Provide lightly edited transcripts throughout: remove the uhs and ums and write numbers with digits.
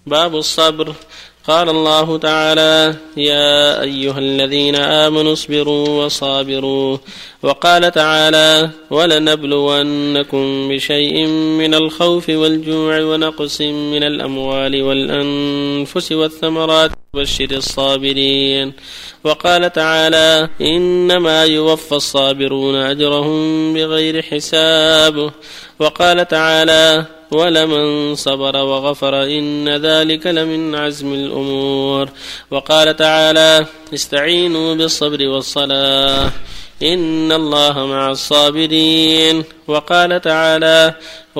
باب الصبر. قال الله تعالى: يا أيها الذين آمنوا اصبروا وصابروا. وقال تعالى: ولنبلونكم بشيء من الخوف والجوع ونقص من الأموال والأنفس والثمرات وبشر الصابرين. وقال تعالى: إنما يوفى الصابرون أجرهم بغير حساب. وقال تعالى: ولمن صبر وغفر إن ذلك لمن عزم الأمور. وقال تعالى: استعينوا بالصبر والصلاة إن الله مع الصابرين. وقال تعالى: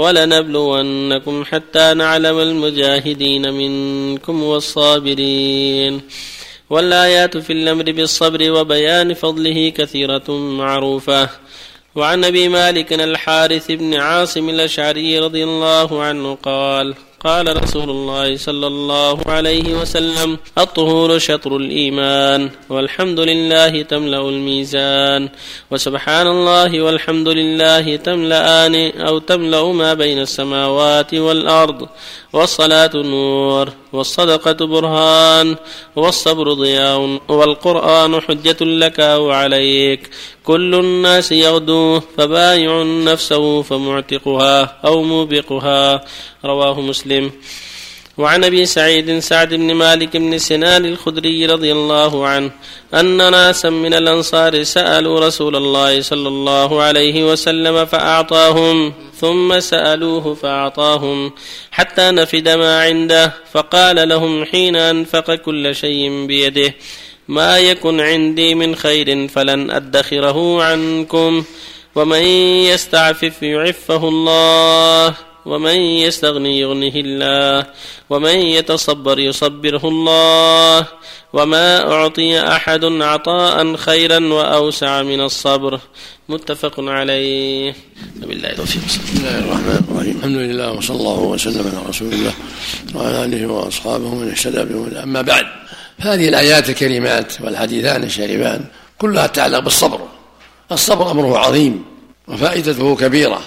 ولنبلونكم حتى نعلم المجاهدين منكم والصابرين. والآيات في الأمر بالصبر وبيان فضله كثيرة معروفة. وعن أبي مالك الحارث بن عاصم الأشعري رضي الله عنه قال: قال رسول الله صلى الله عليه وسلم: الطهور شطر الإيمان، والحمد لله تملأ الميزان، وسبحان الله والحمد لله تملأان أو تملأ ما بين السماوات والأرض. والصلاة نور، والصدقة برهان، والصبر ضياء، والقرآن حجة لك أو عليك. كل الناس يغدو، فبايع نفسه فمعتقها أو موبقها. رواه مسلم. وعن أبي سعيد سعد بن مالك بن سنان الخدري رضي الله عنه أن ناسا من الأنصار سألوا رسول الله صلى الله عليه وسلم فأعطاهم، ثم سألوه فأعطاهم حتى نفد ما عنده، فقال لهم حين أنفق كل شيء بيده: ما يكن عندي من خير فلن أدخره عنكم، ومن يستعفف يعفه الله، ومن يستغني يغنه الله، ومن يتصبر يصبره الله. وما أعطي أحد عطاء خيرا وأوسع من الصبر. متفق عليه. بالله التوفيق. بسم الله الرحمن الرحيم. الحمد لله وصلى الله وسلم على رسول الله وعلى آله وأصحابه من اهتدى بهداه. أما بعد، هذه الآيات الكريمات والحديثان الشريفان كلها تتعلق بالصبر. الصبر أمره عظيم وفائدته كبيرة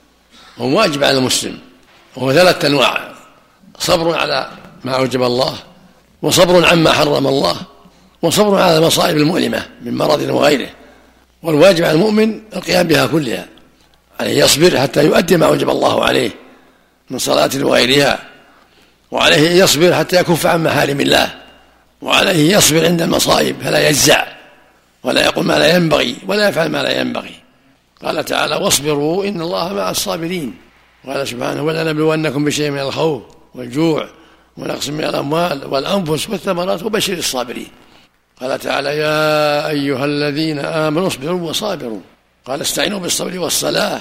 وواجب على المسلم، وهو 3 أنواع: صبر على ما أوجب الله، وصبر عما حرم الله، وصبر على المصائب المؤلمة من مرض وغيره. والواجب على المؤمن القيام بها كلها، عليه يصبر حتى يؤدي ما أوجب الله عليه من صلاة وغيرها، وعليه يصبر حتى يكف عن محارم الله، وعليه يصبر عند المصائب فلا يجزع ولا يقول ما لا ينبغي ولا يفعل ما لا ينبغي. قال تعالى: واصبروا إن الله مع الصابرين. وقال سبحانه: ولنبلونكم بشيء من الخوف والجوع ونقص من الأموال والأنفس والثمرات وبشر الصابرين. قال تعالى: يا أيها الذين آمنوا اصبروا وصابروا. قال: استعينوا بالصبر والصلاة.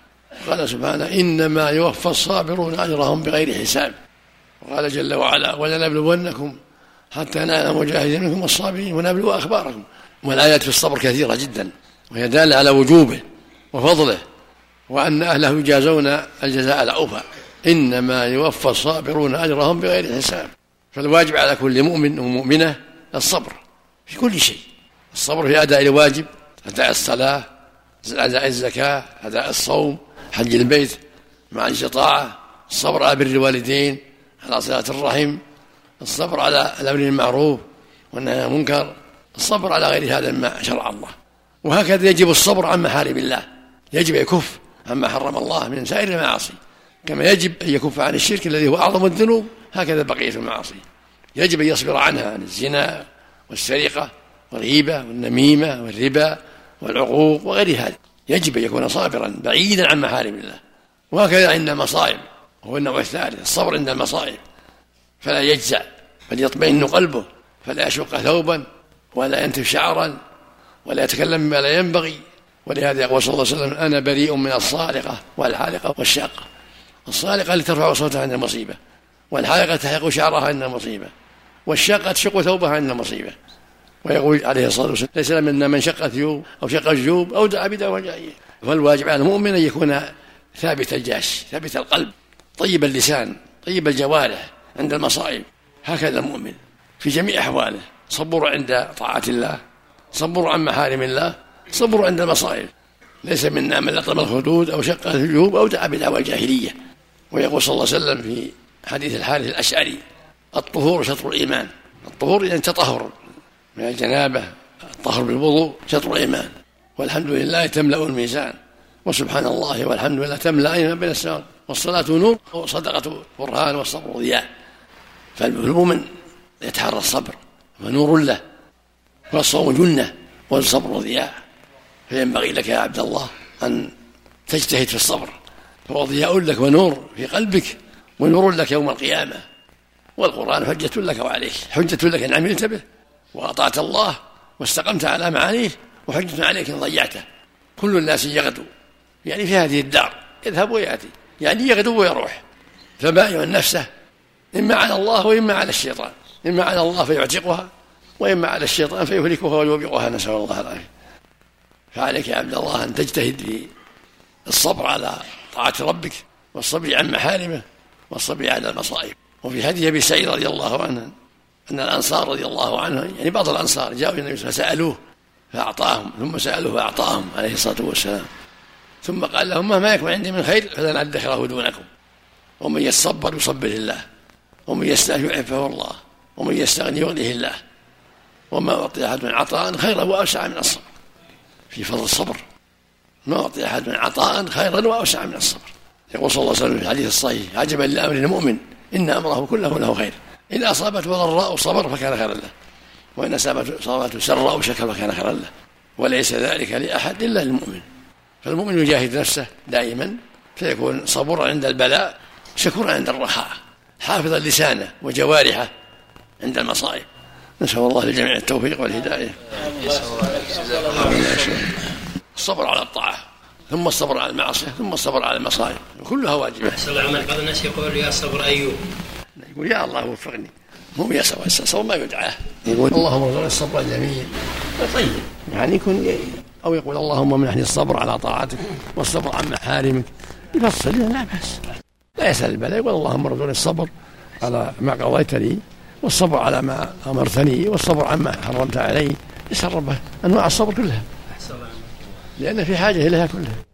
قال سبحانه: إنما يوفى الصابرون أجرهم بغير حساب. وقال جل وعلا: ولنبلونكم حتى نعلم المجاهدين منكم والصابرين ونبلو أخباركم. والآيات في الصبر كثيرة جدا، وهي دالة على وجوبه وفضله، وأن أهله يجازون الجزاء الأوفى. إنما يوفى الصابرون أجرهم بغير حساب. فالواجب على كل مؤمن ومؤمنة الصبر في كل شيء. الصبر في أداء الواجب، أداء الصلاة، أداء الزكاة، أداء الصوم، حج البيت مع الاستطاعة، الصبر على بر الوالدين، على صلة الرحم، الصبر على الأمر بالمعروف والنهي عن المنكر، الصبر على غير هذا ما شرع الله. وهكذا يجب الصبر عن محارم الله، يجب يكف عما حرم الله من سائر المعاصي، كما يجب أن يكف عن الشرك الذي هو أعظم الذنوب، هكذا بقية المعاصي يجب أن يصبر عنها، عن الزنا والسرقة والغيبة والنميمة والربا والعقوق وغير هذا، يجب أن يكون صابرا بعيدا عن محارم الله. وهكذا عند المصائب، وهو النوع الثالث: الصبر عند المصائب، فلا يجزع بل يطمئن قلبه، فلا يشق ثوبا ولا ينتف شعرا ولا يتكلم بما لا ينبغي. ولهذا يقول صلى الله عليه وسلم: أنا بريء من الصالقة والحالقة والشاقة. الصالقة لترفع صوتها عند المصيبة، والحالقة تحلق شعرها عند المصيبة، والشاقة تشق ثوبها عند المصيبة. ويقول عليه الصلاة والسلام: ليس منا من شق ثيوب أو شق الجيوب أو دعا بدعوى جاهلية. فالواجب على المؤمن أن يكون ثابت الجاش، ثابت القلب، طيب اللسان، طيب الجوارح عند المصائب. هكذا المؤمن في جميع أحواله: صبر عند طاعة الله، صبر عن محارم الله، صبر عند المصائب. ليس منا من لطم الخدود أو شق الجيوب أو دعا بدعوى الجاهلية. ويقول صلى الله عليه وسلم في حديث الحارث الأشعري الطهور شطر الإيمان. الطهور يعني تطهر من الجنابة، الطهر بالوضوء شطر الإيمان. والحمد لله تملأ الميزان، وسبحان الله والحمد لله تملأ ما بين السماوات. والصلاة نور والصدقة برهان والصبر ضياء. فالمؤمن يتحرى الصبر ونور له، والصوم جنة والصبر ضياء. فينبغي لك يا عبد الله أن تجتهد في الصبر، فهو ضياء لك ونور في قلبك ونور لك يوم القيامة. والقرآن حجة لك وعليك، حجة لك إن عملت به وأطعت الله واستقمت على معانيه، وحجة عليك إن ضيعته. كل الناس يغدو يعني في هذه الدار، يذهب ويأتي، يعني يغدو ويروح. فبائع نفسه إما على الله وإما على الشيطان، إما على الله فيعتقها، وإما على الشيطان فيهلكها ويوبقها، نسأل الله العافية. فعليك يا عبد الله أن تجتهد في الصبر على طاعة ربك، والصبر عن محارمه، والصبر على المصائب. وفي هدي أبي سعيد رضي الله عنه أن الأنصار رضي الله عنه، يعني بعض الأنصار جاءوا إلى النبي فسألوه فأعطاهم، ثم سألوه فأعطاهم عليه الصلاة والسلام، ثم قال لهم مهما يكن عندي من خير فلن أدخره دونكم. ومن يتصبر يصبر الله، ومن يستغني يعفه الله، ومن يستغني يغنيه الله. وما أعطي أحد من عطاء خيرا وأوسع من الصبر. في فضل الصبر، ما أعطي أحد من عطاء خيرا وأوسع من الصبر. يقول صلى الله عليه وسلم في الحديث الصحيح: عجبا لأمر المؤمن إن أمره كله له خير، إن أصابته ضراء صبر فكان خيرا له، وإن أصابته سراء شكر فكان خيرا له، وليس ذلك لأحد إلا للمؤمن. فالمؤمن يجاهد نفسه دائما فيكون صبورا عند البلاء، شكورا عند الرخاء، حافظا لسانه وجوارحه عند المصائب. نسأل الله للجميع التوفيق والهداية. الصبر على الطاعة، ثم الصبر على المعصية، ثم الصبر على المصائب، كلها واجبة. بعض الناس يقول يا صبر أيوب، يقول يا الله وفقني، مو يا صبر، الصبر ما يدعاه، يقول اللهم ارزقني الصبر الجميل طيب، يعني يكون، أو يقول اللهم منحني الصبر على طاعتك والصبر عن محارمك، يفصل لا بأس، لا يسأل البلاء، يقول اللهم ارزقني الصبر على ما قضيت لي، والصبر على ما أمرتني، والصبر عما حرمت علي. يسأل ربه أنواع الصبر كلها، لأن في حاجة إليها كلها.